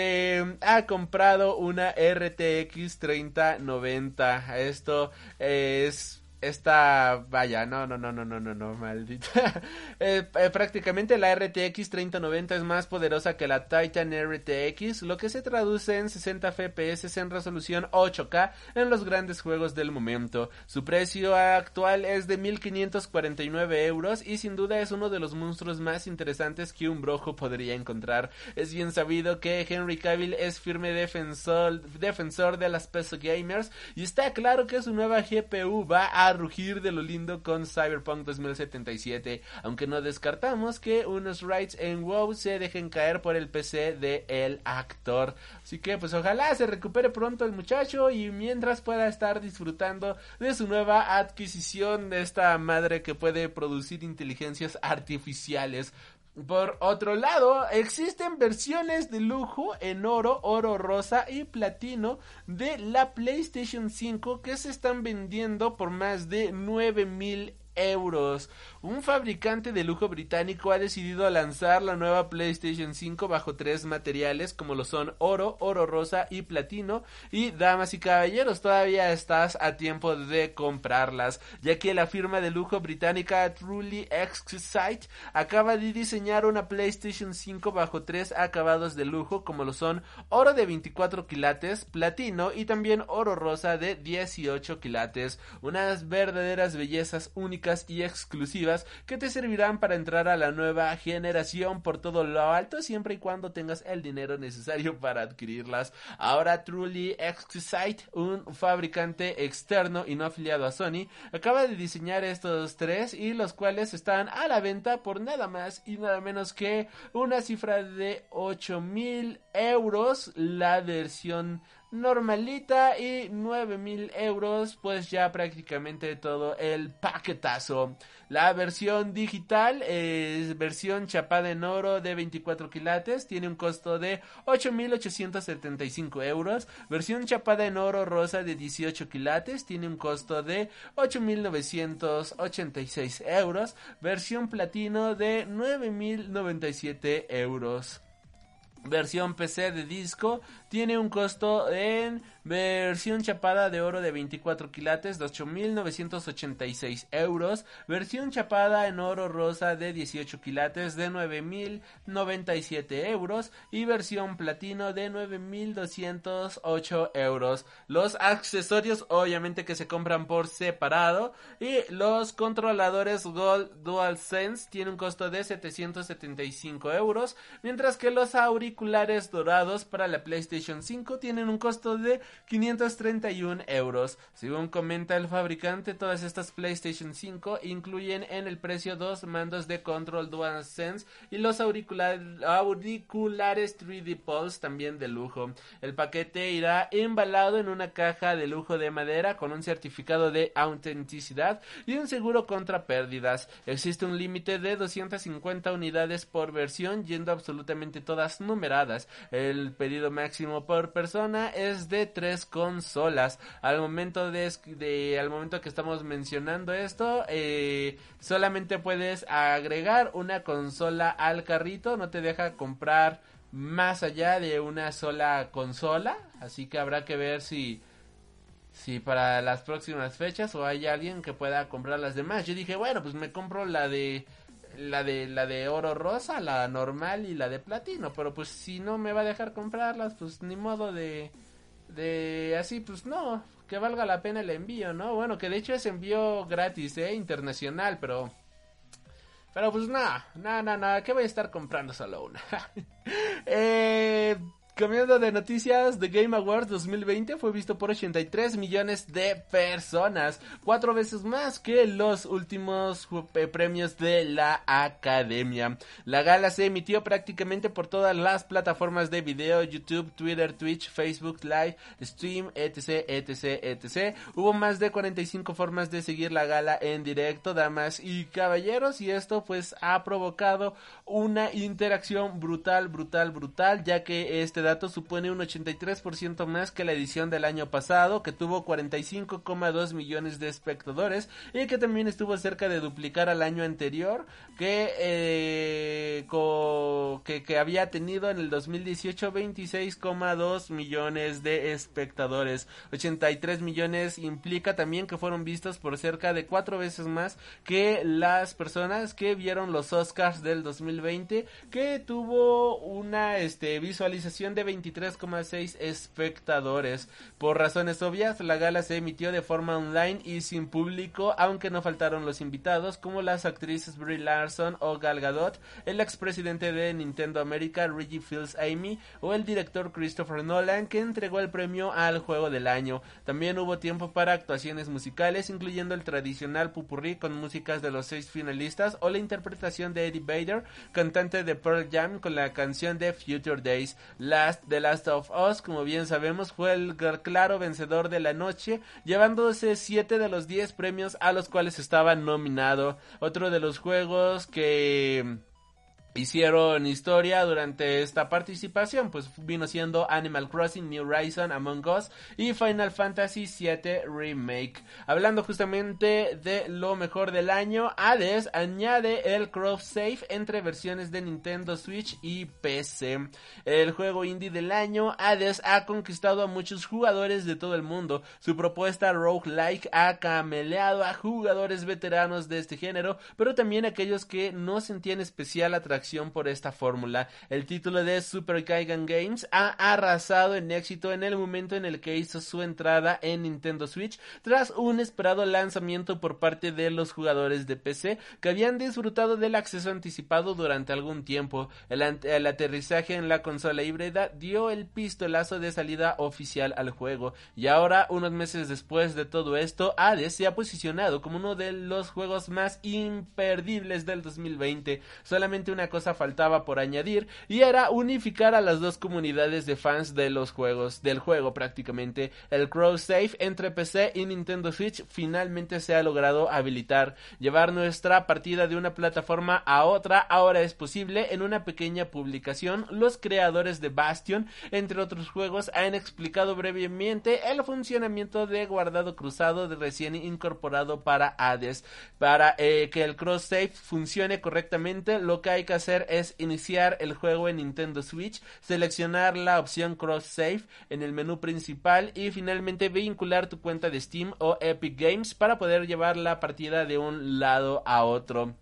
se ha comprado una R T X treinta noventa. Esto es... Esta, vaya, no, no, no, no, no, no, no, maldita. eh, eh, prácticamente la R T X treinta noventa es más poderosa que la Titan R T X, lo que se traduce en sesenta F P S en resolución ocho K en los grandes juegos del momento. Su precio actual es de mil quinientos cuarenta y nueve euros y sin duda es uno de los monstruos más interesantes que un brojo podría encontrar. Es bien sabido que Henry Cavill es firme defensor, defensor de las P C gamers y está claro que su nueva G P U va a rugir de lo lindo con Cyberpunk dos mil setenta y siete, aunque no descartamos que unos writes en WoW se dejen caer por el P C de el actor. Así que pues ojalá se recupere pronto el muchacho y mientras pueda estar disfrutando de su nueva adquisición de esta madre que puede producir inteligencias artificiales. Por otro lado, existen versiones de lujo en oro, oro rosa y platino de la PlayStation cinco que se están vendiendo por más de nueve mil euros. Un fabricante de lujo británico ha decidido lanzar la nueva PlayStation cinco bajo tres materiales como lo son oro, oro rosa y platino, y damas y caballeros, todavía estás a tiempo de comprarlas, ya que la firma de lujo británica Truly Exquisite acaba de diseñar una PlayStation cinco bajo tres acabados de lujo como lo son oro de veinticuatro quilates, platino y también oro rosa de dieciocho quilates, unas verdaderas bellezas únicas y exclusivas que te servirán para entrar a la nueva generación por todo lo alto siempre y cuando tengas el dinero necesario para adquirirlas. Ahora Truly Exquisite, un fabricante externo y no afiliado a Sony, acaba de diseñar estos tres y los cuales están a la venta por nada más y nada menos que una cifra de ocho mil euros la versión normalita y nueve mil euros pues ya prácticamente todo el paquetazo. La versión digital es versión chapada en oro de veinticuatro quilates, tiene un costo de ocho mil ochocientos setenta y cinco euros. Versión chapada en oro rosa de dieciocho quilates, tiene un costo de ocho mil novecientos ochenta y seis euros. Versión platino de nueve mil noventa y siete euros. Versión P C de disco tiene un costo en versión chapada de oro de veinticuatro quilates de ocho mil novecientos ochenta y seis euros. Versión chapada en oro rosa de dieciocho quilates de nueve mil noventa y siete euros. Y versión platino de nueve mil doscientos ocho euros. Los accesorios obviamente que se compran por separado. Y los controladores Gold DualSense tienen un costo de setecientos setenta y cinco euros. Mientras que los auriculares dorados para la PlayStation cinco tienen un costo de quinientos treinta y un euros. Según comenta el fabricante, todas estas PlayStation cinco incluyen en el precio dos mandos de control DualSense y los auricular auriculares tres D Pulse también de lujo. El paquete irá embalado en una caja de lujo de madera con un certificado de autenticidad y un seguro contra pérdidas. Existe un límite de doscientas cincuenta unidades por versión, yendo absolutamente todas numeradas. El pedido máximo por persona es de tres consolas. Al momento de, de al momento que estamos mencionando esto, eh, solamente puedes agregar una consola al carrito, no te deja comprar más allá de una sola consola, así que habrá que ver si si para las próximas fechas o hay alguien que pueda comprar las demás. Yo dije, bueno, pues me compro la de la de la de oro rosa, la normal y la de platino, pero pues si no me va a dejar comprarlas, pues ni modo de de así, pues no, que valga la pena el envío, ¿no? Bueno, que de hecho es envío gratis, eh, internacional, pero pero pues nada, nada, nada, nada, que voy a estar comprando solo una. eh Cambiando de noticias, The Game Awards dos mil veinte fue visto por ochenta y tres millones de personas, cuatro veces más que los últimos premios de la Academia. La gala se emitió prácticamente por todas las plataformas de video, YouTube, Twitter, Twitch, Facebook Live, Stream, etc, etc, etc. Hubo más de cuarenta y cinco formas de seguir la gala en directo, damas y caballeros, y esto pues ha provocado una interacción brutal, brutal, brutal, ya que este dato supone un ochenta y tres por ciento más que la edición del año pasado, que tuvo cuarenta y cinco coma dos millones de espectadores y que también estuvo cerca de duplicar al año anterior que eh, co, que, que había tenido en el dos mil dieciocho veintiséis coma dos millones de espectadores. ochenta y tres millones implica también que fueron vistos por cerca de cuatro veces más que las personas que vieron los Oscars del dos mil veinte, que tuvo una este visualización de veintitrés coma seis espectadores. Por razones obvias, la gala se emitió de forma online y sin público, aunque no faltaron los invitados como las actrices Brie Larson o Gal Gadot, el expresidente de Nintendo América Reggie Fils-Aimé o el director Christopher Nolan, que entregó el premio al juego del año. También hubo tiempo para actuaciones musicales, incluyendo el tradicional popurrí con músicas de los seis finalistas o la interpretación de Eddie Vedder, cantante de Pearl Jam, con la canción de Future Days. La The Last of Us, como bien sabemos, fue el claro vencedor de la noche, llevándose siete de los diez premios a los cuales estaba nominado. Otro de los juegos que hicieron historia durante esta participación, pues vino siendo Animal Crossing New Horizons, Among Us y Final Fantasy siete Remake. Hablando justamente de lo mejor del año, Hades añade el cross-save entre versiones de Nintendo Switch y P C. El juego indie del año, Hades ha conquistado a muchos jugadores de todo el mundo. Su propuesta roguelike ha cameleado a jugadores veteranos de este género, pero también a aquellos que no sentían especial atracción por esta fórmula. El título de Super Giant Games ha arrasado en éxito en el momento en el que hizo su entrada en Nintendo Switch tras un esperado lanzamiento por parte de los jugadores de P C que habían disfrutado del acceso anticipado durante algún tiempo. El, el aterrizaje en la consola híbrida dio el pistolazo de salida oficial al juego, y ahora, unos meses después de todo esto, Hades se ha posicionado como uno de los juegos más imperdibles del dos mil veinte. Solamente una cosa faltaba por añadir, y era unificar a las dos comunidades de fans de los juegos, del juego prácticamente. El cross-save entre P C y Nintendo Switch finalmente se ha logrado habilitar. Llevar nuestra partida de una plataforma a otra ahora es posible. En una pequeña publicación, los creadores de Bastion, entre otros juegos, han explicado brevemente el funcionamiento de guardado cruzado de recién incorporado para Hades. Para eh, que el cross-save funcione correctamente, lo que hay que hacer es iniciar el juego en Nintendo Switch, seleccionar la opción Cross Save en el menú principal y finalmente vincular tu cuenta de Steam o Epic Games para poder llevar la partida de un lado a otro.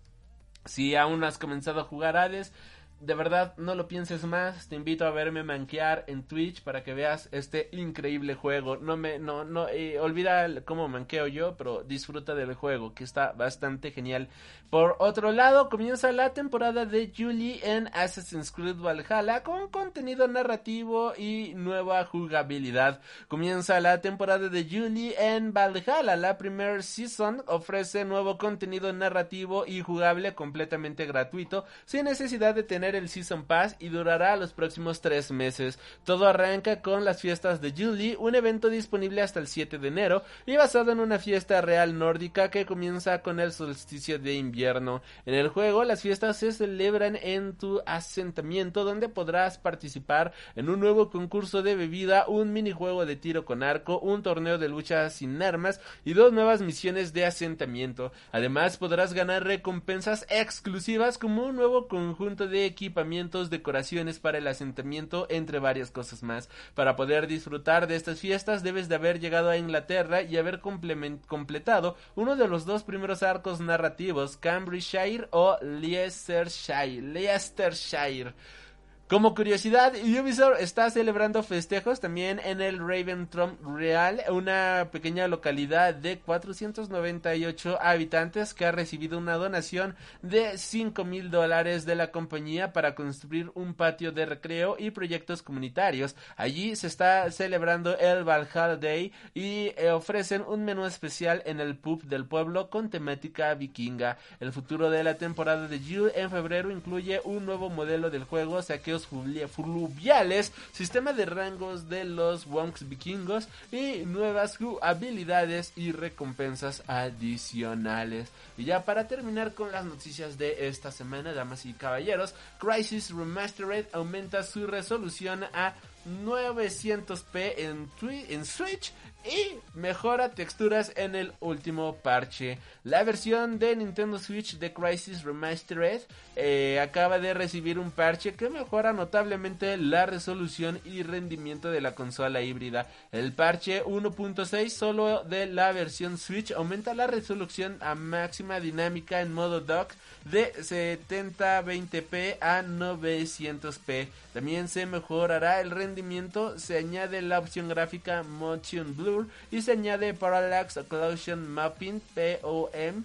Si aún no has comenzado a jugar Hades, de verdad, no lo pienses más. Te invito a verme manquear en Twitch para que veas este increíble juego. No me, no, no, eh, olvida cómo manqueo yo, pero disfruta del juego, que está bastante genial. Por otro lado, comienza la temporada de Julie en Assassin's Creed Valhalla con contenido narrativo y nueva jugabilidad. Comienza la temporada de Julie en Valhalla. La primera season ofrece nuevo contenido narrativo y jugable completamente gratuito, sin necesidad de tener el Season Pass, y durará los próximos tres meses. Todo arranca con las fiestas de Julie, un evento disponible hasta el siete de enero y basado en una fiesta real nórdica que comienza con el solsticio de invierno. En el juego, las fiestas se celebran en tu asentamiento, donde podrás participar en un nuevo concurso de bebida, un minijuego de tiro con arco, un torneo de lucha sin armas y dos nuevas misiones de asentamiento. Además, podrás ganar recompensas exclusivas como un nuevo conjunto de equipamientos, decoraciones para el asentamiento, entre varias cosas más. Para poder disfrutar de estas fiestas debes de haber llegado a Inglaterra y haber completado uno de los dos primeros arcos narrativos, Cambridgeshire o Leicestershire. Leicestershire. Como curiosidad, Ubisoft está celebrando festejos también en el Raventhrone Real, una pequeña localidad de cuatrocientos noventa y ocho habitantes que ha recibido una donación de cinco mil dólares de la compañía para construir un patio de recreo y proyectos comunitarios. Allí se está celebrando el Valhalla Day y eh, ofrecen un menú especial en el pub del pueblo con temática vikinga. El futuro de la temporada de Yule en febrero incluye un nuevo modelo del juego, saqueos fluviales, sistema de rangos de los wonks vikingos y nuevas habilidades y recompensas adicionales. Y ya para terminar con las noticias de esta semana, damas y caballeros, Crysis Remastered aumenta su resolución a novecientos p en, en Switch y mejora texturas en el último parche. La versión de Nintendo Switch de Crysis Remastered eh, acaba de recibir un parche que mejora notablemente la resolución y rendimiento de la consola híbrida. El parche uno punto seis solo de la versión Switch aumenta la resolución a máxima dinámica en modo dock de setenta veinte p a novecientos p. También se mejorará el rendimiento, se añade la opción gráfica Motion Blur y se añade Parallax Occlusion Mapping P O M,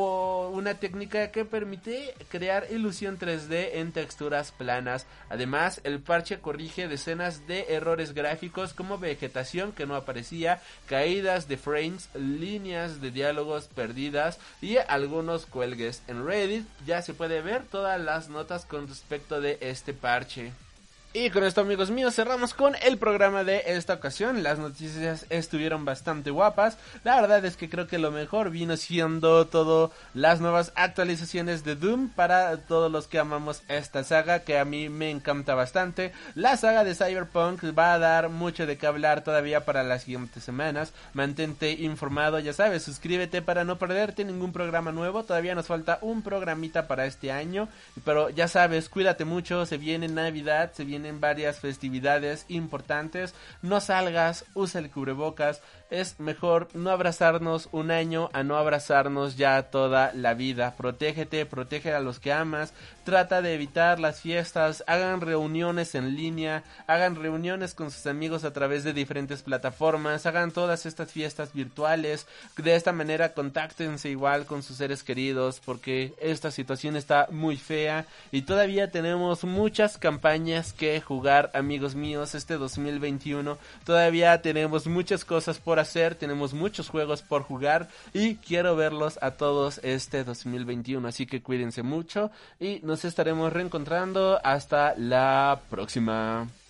o una técnica que permite crear ilusión tres D en texturas planas. Además, el parche corrige decenas de errores gráficos como vegetación que no aparecía, caídas de frames, líneas de diálogos perdidas y algunos cuelgues. En Reddit ya se puede ver todas las notas con respecto de este parche. Y con esto, amigos míos, cerramos con el programa de esta ocasión. Las noticias estuvieron bastante guapas. La verdad es que creo que lo mejor vino siendo todo las nuevas actualizaciones de Doom para todos los que amamos esta saga, que a mí me encanta bastante. La saga de Cyberpunk va a dar mucho de qué hablar todavía para las siguientes semanas. Mantente informado, ya sabes, suscríbete para no perderte ningún programa nuevo. Todavía nos falta un programita para este año, pero ya sabes, cuídate mucho, se viene Navidad, se viene en varias festividades importantes. No salgas, usa el cubrebocas. Es mejor no abrazarnos un año a no abrazarnos ya toda la vida. Protégete, protege a los que amas. Trata de evitar las fiestas. Hagan reuniones en línea. Hagan reuniones con sus amigos a través de diferentes plataformas. Hagan todas estas fiestas virtuales. De esta manera contáctense igual con sus seres queridos, porque esta situación está muy fea y todavía tenemos muchas campañas que jugar, amigos míos. Este dos mil veintiuno todavía tenemos muchas cosas por hacer, tenemos muchos juegos por jugar y quiero verlos a todos este dos mil veintiuno, así que cuídense mucho y nos estaremos reencontrando hasta la próxima.